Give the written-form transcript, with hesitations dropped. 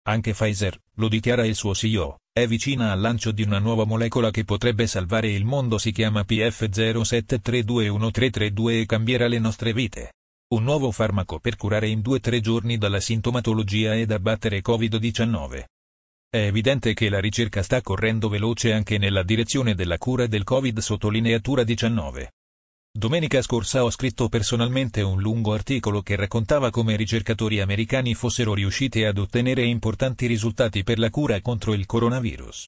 Anche Pfizer, lo dichiara il suo CEO, è vicina al lancio di una nuova molecola che potrebbe salvare il mondo. Si chiama PF07321332 e cambierà le nostre vite. Un nuovo farmaco per curare in 2-3 giorni dalla sintomatologia ed abbattere Covid-19. È evidente che la ricerca sta correndo veloce anche nella direzione della cura del Covid. Sottolineatura 19. Domenica scorsa ho scritto personalmente un lungo articolo che raccontava come ricercatori americani fossero riusciti ad ottenere importanti risultati per la cura contro il coronavirus.